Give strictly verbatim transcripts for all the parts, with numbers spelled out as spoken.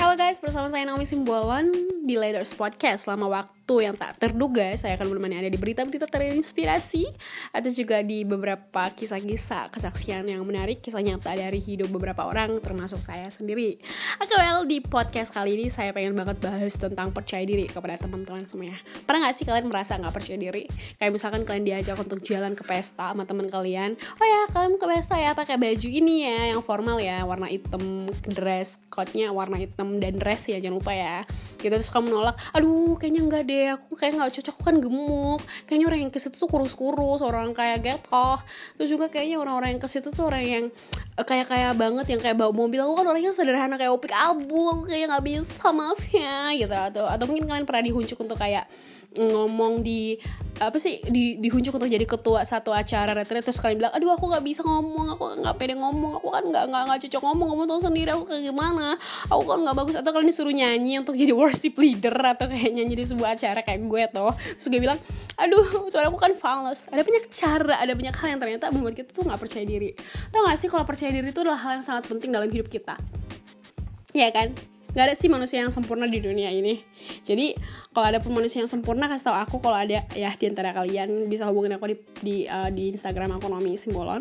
Halo guys, bersama saya Naomi Simbolon di Leaders Podcast. Selama waktu yang tak terduga, saya akan menemani Anda di berita-berita terinspirasi atau juga di beberapa kisah-kisah kesaksian yang menarik, kisah nyata dari hidup beberapa orang, termasuk saya sendiri. Oke, well, di podcast kali ini saya pengen banget bahas tentang percaya diri kepada teman-teman semuanya. Pernah gak sih kalian merasa gak percaya diri? Kayak misalkan kalian diajak untuk jalan ke pesta sama teman kalian. Oh ya, kalian ke pesta ya pakai baju ini ya, yang formal ya, warna hitam, dress code-nya warna hitam dan dress ya, jangan lupa ya gitu. Terus kamu nolak, aduh kayaknya enggak deh, aku kayak gak cocok, aku kan gemuk, kayaknya orang yang ke situ tuh kurus-kurus, orang kayak getoh. Terus juga kayaknya orang-orang yang ke situ tuh orang yang kayak-kayak banget, yang kayak bawa mobil, aku kan orangnya sederhana kayak opik abu, kayak gak bisa, maaf ya gitu. Atau, atau mungkin kalian pernah dihunjuk untuk kayak ngomong di apa sih di dihunjuk untuk jadi ketua satu acara retreat, terus kalian bilang, aduh aku nggak bisa ngomong, aku nggak pede ngomong, aku kan nggak nggak nggak cocok ngomong, kamu tahu sendiri aku kayak gimana, aku kan nggak bagus. Atau kalian disuruh nyanyi untuk jadi worship leader atau kayak nyanyi di sebuah acara kayak gue tuh, terus gue bilang, aduh suara aku kan fals. Ada banyak cara, ada banyak hal yang ternyata membuat kita tuh nggak percaya diri. Tahu nggak sih kalau percaya diri itu adalah hal yang sangat penting dalam hidup kita, ya kan? Gak ada sih manusia yang sempurna di dunia ini. Jadi kalau ada pun manusia yang sempurna, kasih tau aku kalau ada ya di antara kalian, bisa hubungin aku di di, uh, di Instagram aku Naomi Simbolon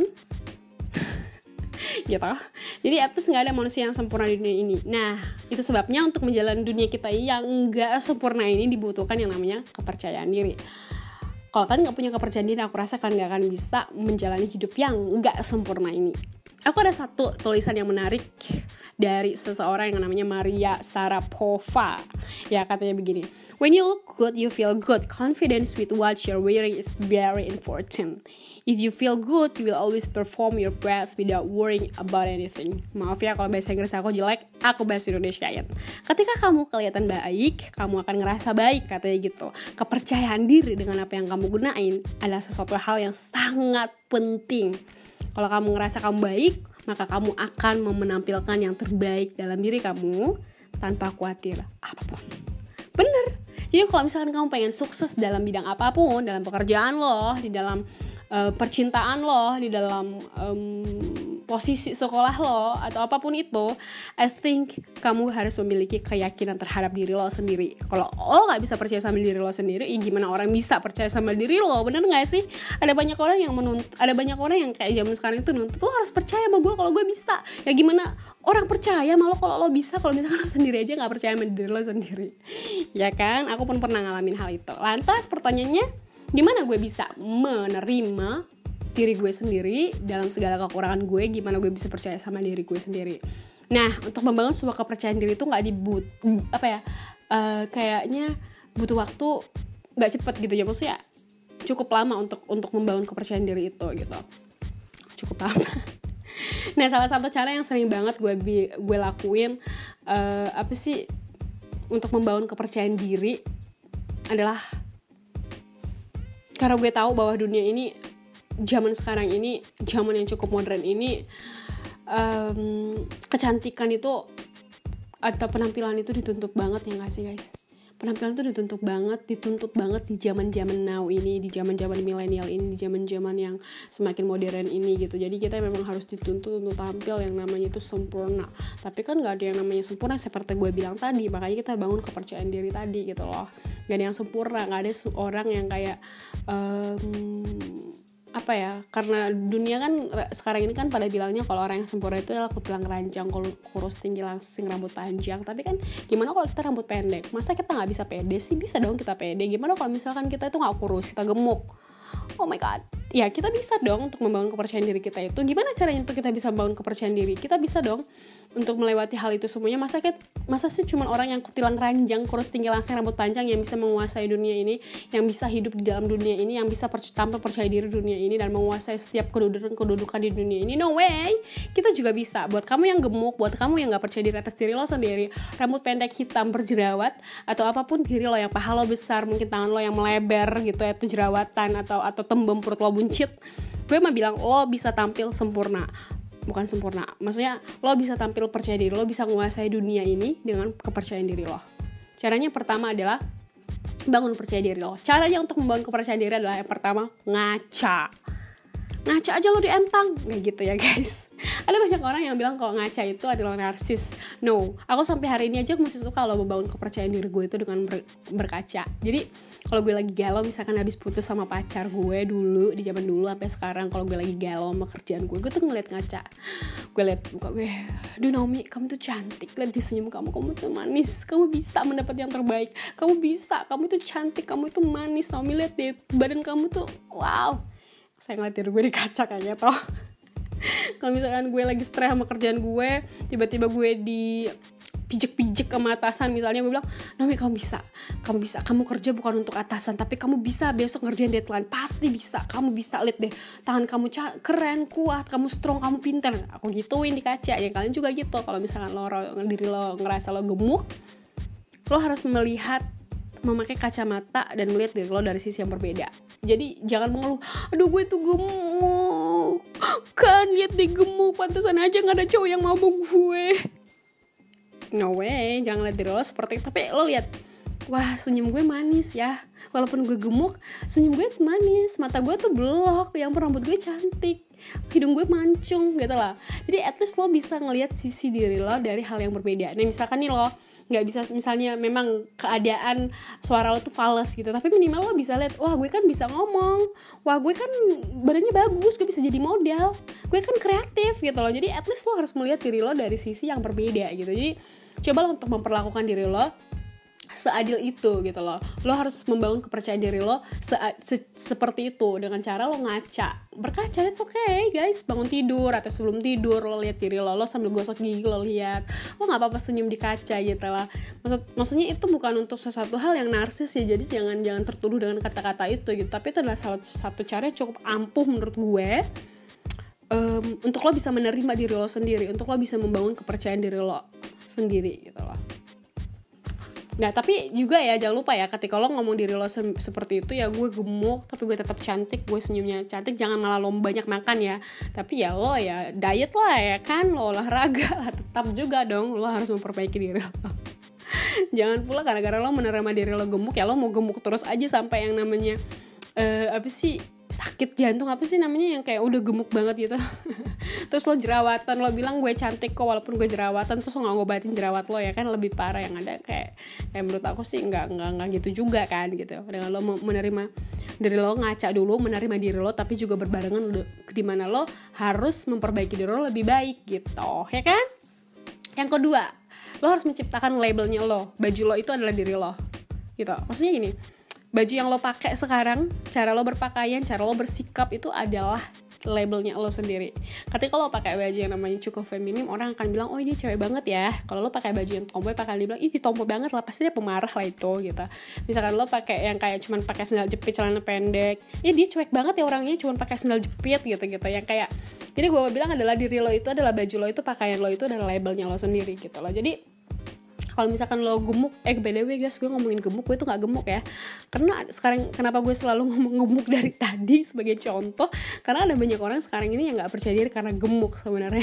gitu. Jadi atas nggak ada manusia yang sempurna di dunia ini. Nah itu sebabnya untuk menjalani dunia kita yang nggak sempurna ini dibutuhkan yang namanya kepercayaan diri. Kalau kalian nggak punya kepercayaan diri, aku rasa kalian nggak akan bisa menjalani hidup yang nggak sempurna ini. Aku ada satu tulisan yang menarik dari seseorang yang namanya Maria Sharapova. Ya, katanya begini. When you look good, you feel good. Confidence with what you're wearing is very important. If you feel good, you will always perform your best without worrying about anything. Maaf ya kalau bahasa Inggris aku jelek, aku bahasa Indonesiain. Ketika kamu kelihatan baik, kamu akan ngerasa baik, katanya gitu. Kepercayaan diri dengan apa yang kamu gunain adalah sesuatu hal yang sangat penting. Kalau kamu ngerasa kamu baik, maka kamu akan menampilkan yang terbaik dalam diri kamu tanpa khawatir apapun. Bener. Jadi kalau misalkan kamu pengen sukses dalam bidang apapun, dalam pekerjaan lo, di dalam uh, percintaan lo, di dalam um, posisi sekolah lo, atau apapun itu, I think kamu harus memiliki keyakinan terhadap diri lo sendiri. Kalau lo gak bisa percaya sama diri lo sendiri, ya gimana orang bisa percaya sama diri lo? Bener gak sih? Ada banyak orang yang menuntut, ada banyak orang yang kayak zaman sekarang itu nuntut, lo harus percaya sama gue kalau gue bisa. Ya gimana orang percaya malah kalau lo bisa, kalau misalkan lo sendiri aja gak percaya sama diri lo sendiri. Ya kan? Aku pun pernah ngalamin hal itu. Lantas pertanyaannya, gimana gue bisa menerima diri gue sendiri dalam segala kekurangan gue? Gimana gue bisa percaya sama diri gue sendiri? Nah, untuk membangun sebuah kepercayaan diri itu nggak dibut apa ya uh, kayaknya butuh waktu nggak cepet gitu ya, maksudnya cukup lama untuk untuk membangun kepercayaan diri itu gitu, cukup lama. Nah, salah satu cara yang sering banget gue gue lakuin uh, apa sih untuk membangun kepercayaan diri adalah karena gue tahu bahwa dunia ini, zaman sekarang ini, zaman yang cukup modern ini, um, kecantikan itu atau penampilan itu dituntut banget, ya nggak sih guys? Penampilan itu dituntut banget, dituntut banget di zaman-zaman now ini, di zaman-zaman milenial ini, di zaman-zaman yang semakin modern ini gitu. Jadi kita memang harus dituntut untuk tampil yang namanya itu sempurna. Tapi kan nggak ada yang namanya sempurna seperti gue bilang tadi, makanya kita bangun kepercayaan diri tadi gitu loh. Gak ada yang sempurna, gak ada orang yang kayak um, apa ya, karena dunia kan sekarang ini kan pada bilangnya kalau orang yang sempurna itu adalah kutilang ranjang, kurus, tinggi, langsing, rambut panjang. Tapi kan gimana kalau kita rambut pendek? Masa kita gak bisa pede sih? Bisa dong kita pede. Gimana kalau misalkan kita itu gak kurus, kita gemuk? Oh my god. Ya kita bisa dong untuk membangun kepercayaan diri kita itu. Gimana caranya untuk kita bisa membangun kepercayaan diri? Kita bisa dong untuk melewati hal itu semuanya. Masa kita, masa sih cuma orang yang kutilang ranjang, kurus, tinggi, langsing, rambut panjang yang bisa menguasai dunia ini, yang bisa hidup di dalam dunia ini, yang bisa per- tampil percaya diri dunia ini dan menguasai setiap kedudukan-kedudukan di dunia ini? No way. Kita juga bisa. Buat kamu yang gemuk, buat kamu yang gak percaya diri atas diri lo sendiri, rambut pendek, hitam, berjerawat, atau apapun diri lo yang paha lo besar, mungkin tangan lo yang melebar gitu ya, itu jerawatan, atau atau tembem perut lo buncit, gue mah bilang lo bisa tampil sempurna. Bukan sempurna, maksudnya lo bisa tampil percaya diri, lo bisa menguasai dunia ini dengan kepercayaan diri lo. Caranya pertama adalah bangun percaya diri lo. Caranya untuk membangun kepercayaan diri adalah yang pertama, ngaca. ngaca aja lo dientang, kayak gitu ya guys. Ada banyak orang yang bilang kalau ngaca itu adalah narsis. No, aku sampai hari ini aja masih suka lo membangun kepercayaan diri gue itu dengan ber- berkaca. Jadi kalau gue lagi galau, misalkan habis putus sama pacar gue dulu di zaman dulu sampai sekarang, kalau gue lagi galau sama kerjaan gue, gue tuh ngeliat ngaca, gue liat muka gue, aduh Naomi, kamu tuh cantik, lihat di senyum kamu, kamu tuh manis, kamu bisa mendapat yang terbaik, kamu bisa, kamu tuh cantik, kamu tuh manis, Naomi, lihat deh badan kamu tuh, wow. Saya ngeliat diri gue di kaca kayaknya toh. Kalau misalkan gue lagi stres sama kerjaan gue, tiba-tiba gue di pijek-pijek sama atasan misalnya, gue bilang, Naomi, kamu bisa, kamu bisa, kamu kerja bukan untuk atasan, tapi kamu bisa besok ngerjain deadline, pasti bisa, kamu bisa, lihat deh tangan kamu ca- keren, kuat, kamu strong, kamu pintar. Aku gituin di kaca. Ya kalian juga gitu. Kalau misalkan lo diri lo ngerasa lo gemuk, lo harus melihat, memakai kacamata dan melihat diri lo dari sisi yang berbeda. Jadi jangan mengeluh, aduh gue tuh gemuk, kan lihat deh gemuk, pantesan aja nggak ada cowok yang mau gue. No way, jangan lihat diri lo seperti itu. Tapi lo lihat, wah senyum gue manis ya, walaupun gue gemuk, senyum gue manis, mata gue tuh blok, yang rambut gue cantik, hidung gue mancung gitu lah. Jadi at least lo bisa ngelihat sisi diri lo dari hal yang berbeda. Nah misalkan nih lo nggak bisa, misalnya memang keadaan suara lo tuh fals gitu, tapi minimal lo bisa lihat, wah gue kan bisa ngomong, wah gue kan badannya bagus, gue bisa jadi model, gue kan kreatif gitu loh. Jadi at least lo harus melihat diri lo dari sisi yang berbeda gitu. Jadi coba lo untuk memperlakukan diri lo seadil itu gitu loh. Lo harus membangun kepercayaan diri lo se- se- seperti itu dengan cara lo ngaca, berkaca. It's okay guys, bangun tidur atau sebelum tidur lo lihat diri lo, lo sambil gosok gigi lo lihat, lo nggak apa-apa senyum di kaca gitu lah. Maksud maksudnya itu bukan untuk sesuatu hal yang narsis ya, jadi jangan jangan tertuduh dengan kata-kata itu gitu. Tapi itu adalah salah satu cara yang cukup ampuh menurut gue um, untuk lo bisa menerima diri lo sendiri, untuk lo bisa membangun kepercayaan diri lo sendiri gitu loh. Nah tapi juga ya jangan lupa ya, ketika lo ngomong diri lo se- seperti itu ya, gue gemuk tapi gue tetap cantik, gue senyumnya cantik, jangan malah lo banyak makan ya, tapi ya lo ya diet lah ya kan, lo olahraga lah, tetap juga dong lo harus memperbaiki diri lo. Jangan pula gara-gara lo menerima diri lo gemuk ya lo mau gemuk terus aja sampai yang namanya uh, apa sih sakit jantung, apa sih namanya yang kayak udah gemuk banget gitu. Terus lo jerawatan, lo bilang gue cantik kok walaupun gue jerawatan, terus lo nggak ngobatin jerawat lo, ya kan lebih parah. Yang ada kayak kayak menurut aku sih nggak nggak nggak gitu juga kan gitu. Dengan lo menerima diri lo, ngaca dulu, menerima diri lo, tapi juga berbarengan di mana lo harus memperbaiki diri lo lebih baik gitu, ya kan? Yang kedua, lo harus menciptakan labelnya lo. Baju lo itu adalah diri lo gitu. Maksudnya gini, baju yang lo pakai sekarang, cara lo berpakaian, cara lo bersikap itu adalah labelnya lo sendiri. Ketika lo pakai baju yang namanya cukup feminim, orang akan bilang, oh ini cewek banget ya. Kalau lo pakai baju yang tomboy, bakal dibilang, ih tomboy banget lah, pasti dia pemarah lah itu gitu. Misalkan lo pakai yang kayak cuman pakai sandal jepit, celana pendek, ya dia cuek banget ya orangnya, cuman pakai sandal jepit gitu-gitu. Yang kayak, jadi gue bilang adalah diri lo itu adalah baju lo itu, pakaian lo itu adalah labelnya lo sendiri gitu loh. Jadi kalau misalkan lo gemuk, eh by the way guys, gue ngomongin gemuk, gue tuh gak gemuk ya. Karena sekarang, kenapa gue selalu ngomong gemuk dari tadi sebagai contoh, karena ada banyak orang sekarang ini yang gak percaya diri karena gemuk sebenarnya.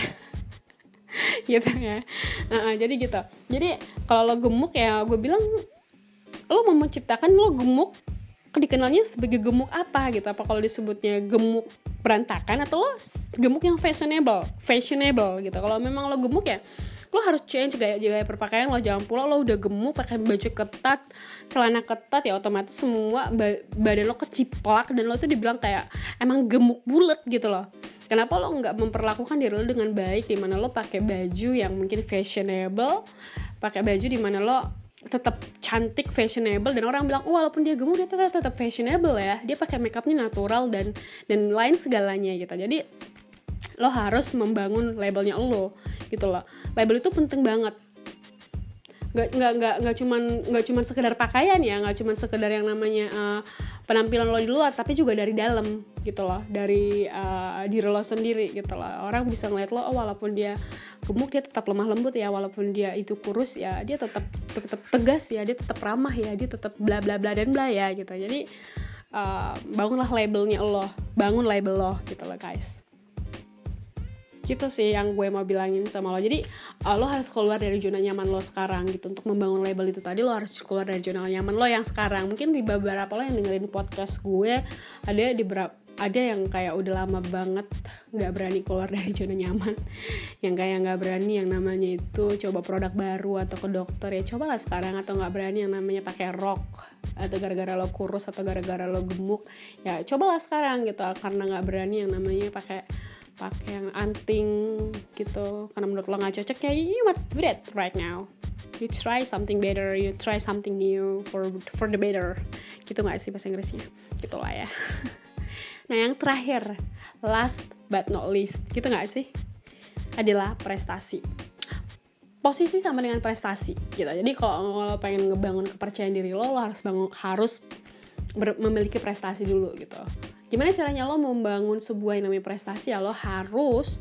Gitu ya. Nah, jadi gitu. Jadi kalau lo gemuk ya, gue bilang, lo mau menciptakan lo gemuk, dikenalnya sebagai gemuk apa gitu. Apa kalau disebutnya gemuk berantakan, atau lo gemuk yang fashionable, fashionable gitu. Kalau memang lo gemuk ya, lo harus change gaya-gaya berpakaian lo. Jangan pula lo udah gemuk pakai baju ketat, celana ketat, ya otomatis semua ba- badan lo keciplak dan lo tuh dibilang kayak emang gemuk bulet gitu loh. Kenapa lo nggak memperlakukan diri lo dengan baik, di mana lo pakai baju yang mungkin fashionable, pakai baju di mana lo tetap cantik, fashionable, dan orang bilang, oh, walaupun dia gemuk dia tetap tetap fashionable ya, dia pakai makeupnya natural dan dan lain segalanya gitu. Jadi lo harus membangun labelnya lo gitu loh. Label itu penting banget. Nggak nggak nggak nggak cuman nggak cuman sekedar pakaian ya, nggak cuman sekedar yang namanya uh, penampilan lo di luar, tapi juga dari dalam gitu loh, dari uh, diri lo sendiri gitu loh. Orang bisa ngeliat lo, oh walaupun dia gemuk dia tetap lemah lembut ya, walaupun dia itu kurus ya dia tetap tetap tegas ya, dia tetap ramah ya, dia tetap bla bla bla dan bla ya gitu. Jadi uh, bangunlah labelnya lo, bangun label lo gitu loh guys. Gitu sih yang gue mau bilangin sama lo. Jadi uh, lo harus keluar dari zona nyaman lo sekarang gitu. Untuk membangun label itu tadi lo harus keluar dari zona nyaman lo yang sekarang. Mungkin di beberapa lo yang dengerin podcast gue, ada di beberapa ada yang kayak udah lama banget nggak berani keluar dari zona nyaman, yang kayak nggak berani yang namanya itu coba produk baru atau ke dokter, ya cobalah sekarang. Atau nggak berani yang namanya pakai rok, atau gara-gara lo kurus atau gara-gara lo gemuk, ya cobalah sekarang gitu. Karena nggak berani yang namanya pakai pakai yang anting gitu, karena menurut lo nggak cocok, ya you must do that right now. You try something better, you try something new for for the better, gitu nggak sih bahasa Inggrisnya, gitulah ya. Nah yang terakhir, last but not least, gitu nggak sih, adalah prestasi. Posisi sama dengan prestasi gitu. Jadi kalau lo pengen ngebangun kepercayaan diri lo, lo harus bangun, harus ber, memiliki prestasi dulu gitu. Gimana caranya lo membangun sebuah yang namanya prestasi? Ya lo harus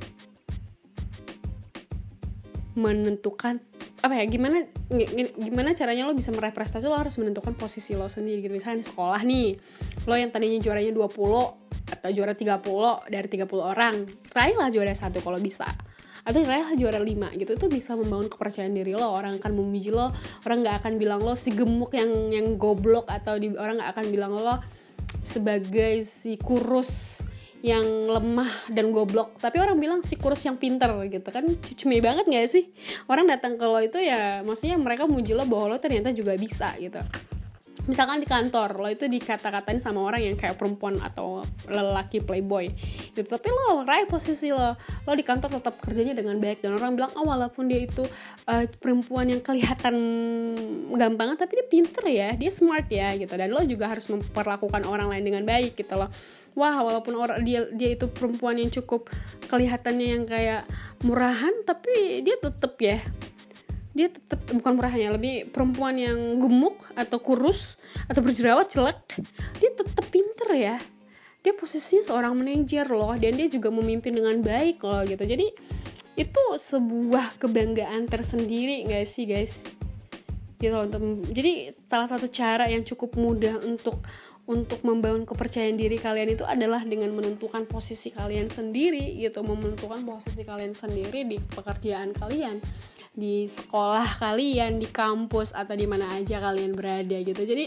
menentukan apa ya, gimana gimana caranya lo bisa meraih prestasi. Lo harus menentukan posisi lo sendiri gitu. Misalnya di sekolah nih, lo yang tadinya juaranya dua puluh atau juara tiga puluh dari tiga puluh orang, raihlah juara satu kalau bisa, atau raihlah juara lima gitu. Itu bisa membangun kepercayaan diri lo. Orang akan memuji lo, orang nggak akan bilang lo si gemuk yang yang goblok, atau di, orang nggak akan bilang lo sebagai si kurus yang lemah dan goblok, tapi orang bilang si kurus yang pinter gitu kan. Ceme banget gak sih? Orang datang ke lo itu ya maksudnya mereka muji lo bahwa lo ternyata juga bisa gitu. Misalkan di kantor lo itu dikata-katain sama orang yang kayak perempuan atau lelaki playboy gitu, tapi lo raih posisi lo, lo di kantor tetap kerjanya dengan baik, dan orang bilang oh walaupun dia itu uh, perempuan yang kelihatan gampang tapi dia pinter ya, dia smart ya gitu. Dan lo juga harus memperlakukan orang lain dengan baik gitu loh. Wah walaupun orang dia dia itu perempuan yang cukup kelihatannya yang kayak murahan, tapi dia tetap ya dia tetap bukan murahannya, lebih perempuan yang gemuk atau kurus atau berjerawat jelek, dia tetap pinter ya. Dia posisinya seorang manajer loh, dan dia juga memimpin dengan baik loh gitu. Jadi itu sebuah kebanggaan tersendiri nggak sih guys? Gitu untuk jadi salah satu cara yang cukup mudah untuk untuk membangun kepercayaan diri kalian itu adalah dengan menentukan posisi kalian sendiri gitu, menentukan posisi kalian sendiri di pekerjaan kalian, di sekolah kalian, di kampus, atau di mana aja kalian berada gitu. Jadi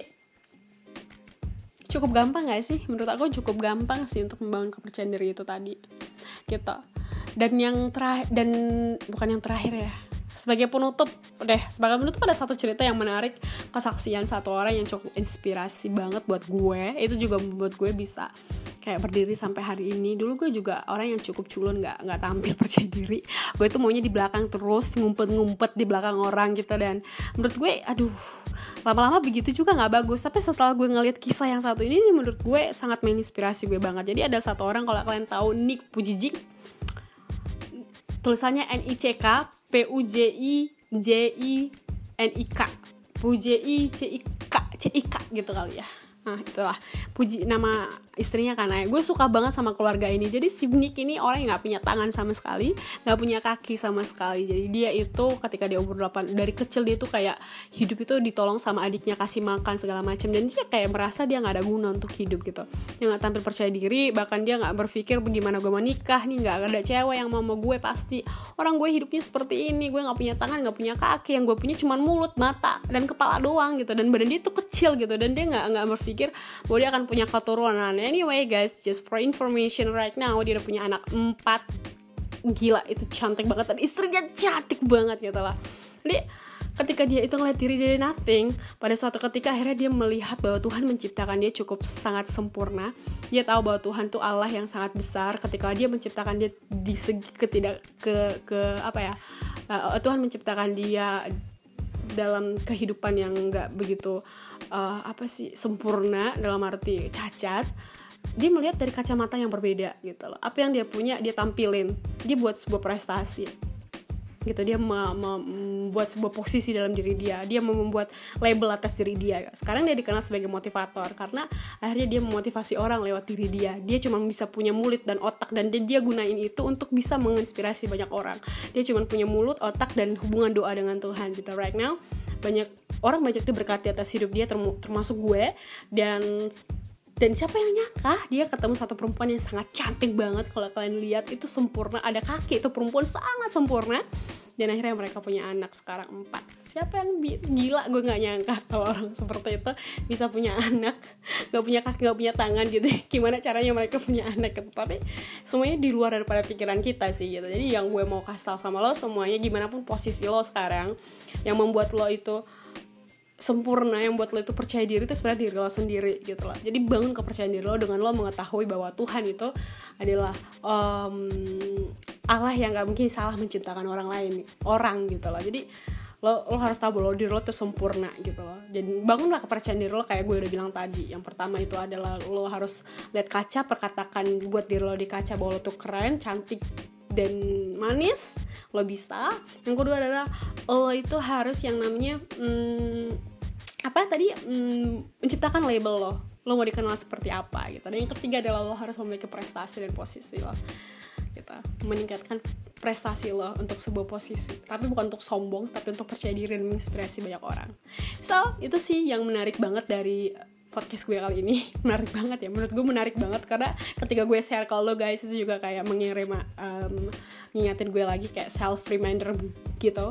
cukup gampang gak sih? Menurut aku cukup gampang sih untuk membangun kepercayaan diri itu tadi gitu. Dan yang terakhir, dan bukan yang terakhir ya, sebagai penutup deh, sebagai penutup ada satu cerita yang menarik, kesaksian satu orang yang cukup inspirasi banget buat gue. Itu juga membuat gue bisa kayak berdiri sampai hari ini. Dulu gue juga orang yang cukup culun, nggak nggak tampil percaya diri. Gue tuh maunya di belakang terus, ngumpet-ngumpet di belakang orang gitu. Dan menurut gue, aduh, lama-lama begitu juga nggak bagus. Tapi setelah gue ngeliat kisah yang satu ini, menurut gue sangat menginspirasi gue banget. Jadi ada satu orang, kalau kalian tahu Nick Vujicic, tulisannya N I C K P U J I J I N I K, P U J I C I K C I K gitu kali ya. Nah itulah puji nama istrinya kan. Gue suka banget sama keluarga ini. Jadi si Nick ini orang yang gak punya tangan sama sekali, gak punya kaki sama sekali. Jadi dia itu ketika dia umur delapan, dari kecil dia tuh kayak hidup itu ditolong sama adiknya, kasih makan segala macam. Dan dia kayak merasa dia gak ada guna untuk hidup gitu. Dia gak tampil percaya diri. Bahkan dia gak berpikir bagaimana gue mau nikah nih, gak ada cewek yang mau sama gue pasti. Orang gue hidupnya seperti ini, gue gak punya tangan, gak punya kaki. Yang gue punya cuma mulut, mata, dan kepala doang gitu. Dan badan dia tuh kecil gitu. Dan dia gak, gak berpikir bahwa dia akan punya keturunan. Anyway guys, just for information right now, dia udah punya anak empat. Gila, itu cantik banget. Dan istrinya cantik banget gitu lah. Jadi ketika dia itu ngeliat diri dari nothing, pada suatu ketika akhirnya dia melihat bahwa Tuhan menciptakan dia cukup sangat sempurna. Dia tahu bahwa Tuhan tuh Allah yang sangat besar. Ketika dia menciptakan dia di segi ketidak ke ke apa ya, uh, Tuhan menciptakan dia dalam kehidupan yang nggak begitu uh, apa sih sempurna, dalam arti cacat. Dia melihat dari kacamata yang berbeda gitu loh. Apa yang dia punya dia tampilin, dia buat sebuah prestasi gitu. Dia membuat sebuah posisi dalam diri dia, dia membuat label atas diri dia. Sekarang dia dikenal sebagai motivator karena akhirnya dia memotivasi orang lewat diri dia. Dia cuma bisa punya mulut dan otak, dan dia, dia gunain itu untuk bisa menginspirasi banyak orang. Dia cuma punya mulut, otak, dan hubungan doa dengan Tuhan gitu. Right now banyak orang banyak diberkati atas hidup dia, termasuk gue. Dan Dan siapa yang nyangka dia ketemu satu perempuan yang sangat cantik banget. Kalau kalian lihat itu sempurna, ada kaki, itu perempuan sangat sempurna. dan akhirnya mereka punya anak sekarang empat. Siapa yang bi- gila, gue nggak nyangka kalau orang seperti itu bisa punya anak, nggak punya kaki nggak punya tangan gitu. Gimana caranya mereka punya anak gitu. Tapi semuanya di luar daripada pikiran kita sih gitu. Jadi yang gue mau kasih tau sama lo semuanya, gimana pun posisi lo sekarang, yang membuat lo itu sempurna, yang buat lo itu percaya diri itu sebenarnya diri lo sendiri gitu loh. Jadi bangun kepercayaan diri lo dengan lo mengetahui bahwa Tuhan itu adalah um, Allah yang gak mungkin salah menciptakan orang lain, orang gitu loh. Jadi lo, lo harus tahu bahwa diri lo itu sempurna gitu loh. Jadi bangunlah kepercayaan diri lo kayak gue udah bilang tadi. Yang pertama itu adalah lo harus lihat kaca, perkatakan buat diri lo di kaca bahwa lo tuh keren, cantik, dan manis, lo bisa. Yang kedua adalah lo itu harus yang namanya hmm, apa tadi hmm, menciptakan label lo, lo mau dikenal seperti apa gitu. Dan yang ketiga adalah lo harus memiliki prestasi dan posisi lo gitu, meningkatkan prestasi lo untuk sebuah posisi, tapi bukan untuk sombong, tapi untuk percaya diri dan menginspirasi banyak orang. So itu sih yang menarik banget dari podcast gue kali ini. Menarik banget ya, menurut gue menarik banget karena ketika gue share ke lo guys, itu juga kayak mengirim um, ngingatin gue lagi kayak self reminder gitu,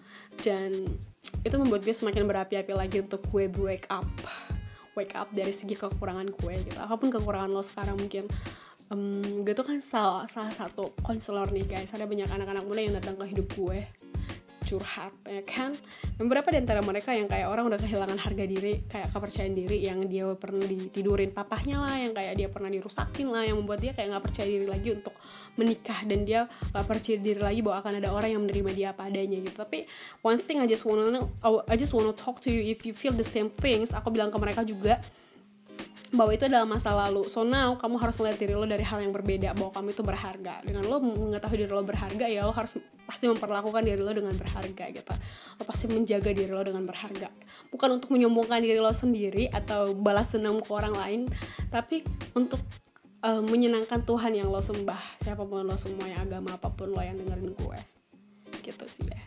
dan itu membuat gue semakin berapi-api lagi untuk gue wake up wake up dari segi kekurangan gue gitu. Apapun kekurangan lo sekarang, mungkin um, gue tuh kan salah, salah satu konselor nih guys. Ada banyak anak-anak muda yang datang ke hidup gue curhat ya kan, dan beberapa di antara mereka yang kayak orang udah kehilangan harga diri, kayak kepercayaan diri, yang dia pernah ditidurin papahnya lah, yang kayak dia pernah dirusakin lah, yang membuat dia kayak nggak percaya diri lagi untuk menikah, dan dia nggak percaya diri lagi bahwa akan ada orang yang menerima dia apa adanya gitu. Tapi one thing I just wanna know, I just wanna talk to you, if you feel the same things, aku bilang ke mereka juga bahwa itu adalah masa lalu. So now kamu harus melihat diri lo dari hal yang berbeda, bahwa kamu itu berharga. Dengan lo mengetahui diri lo berharga, ya lo harus pasti memperlakukan diri lo dengan berharga gitu. Lo pasti menjaga diri lo dengan berharga, bukan untuk menyombongkan diri lo sendiri atau balas dendam ke orang lain, tapi untuk uh, menyenangkan Tuhan yang lo sembah, siapapun lo, semuanya agama apapun lo yang dengerin gue gitu sih ya.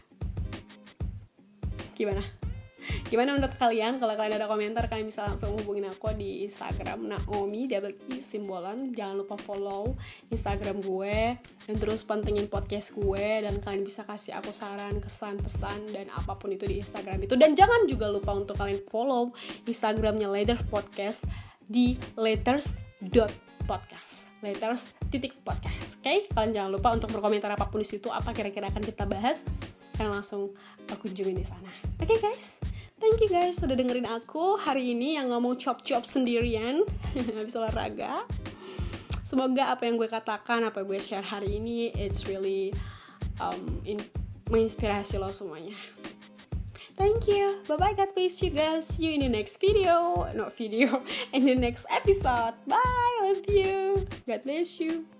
Gimana? Gimana menurut kalian? Kalau kalian ada komentar, kalian bisa langsung hubungin aku di Instagram Naomi double i simbolan. Jangan lupa follow Instagram gue, dan terus pantengin podcast gue, dan kalian bisa kasih aku saran, kesan, pesan, dan apapun itu di Instagram itu. Dan jangan juga lupa untuk kalian follow Instagramnya Letters Podcast di letters dot podcast, letters titik podcast. Oke, okay? Kalian jangan lupa untuk berkomentar apapun di situ, apa kira-kira akan kita bahas, kalian langsung kunjungin di sana. Oke okay, guys, thank you guys sudah dengerin aku hari ini yang ngomong chop-chop sendirian habis olahraga. Semoga apa yang gue katakan, apa yang gue share hari ini, it's really um, in, menginspirasi lo semuanya. Thank you. Bye-bye. God bless you guys. See you in the next video. Not video. In the next episode. Bye. Love you. God bless you.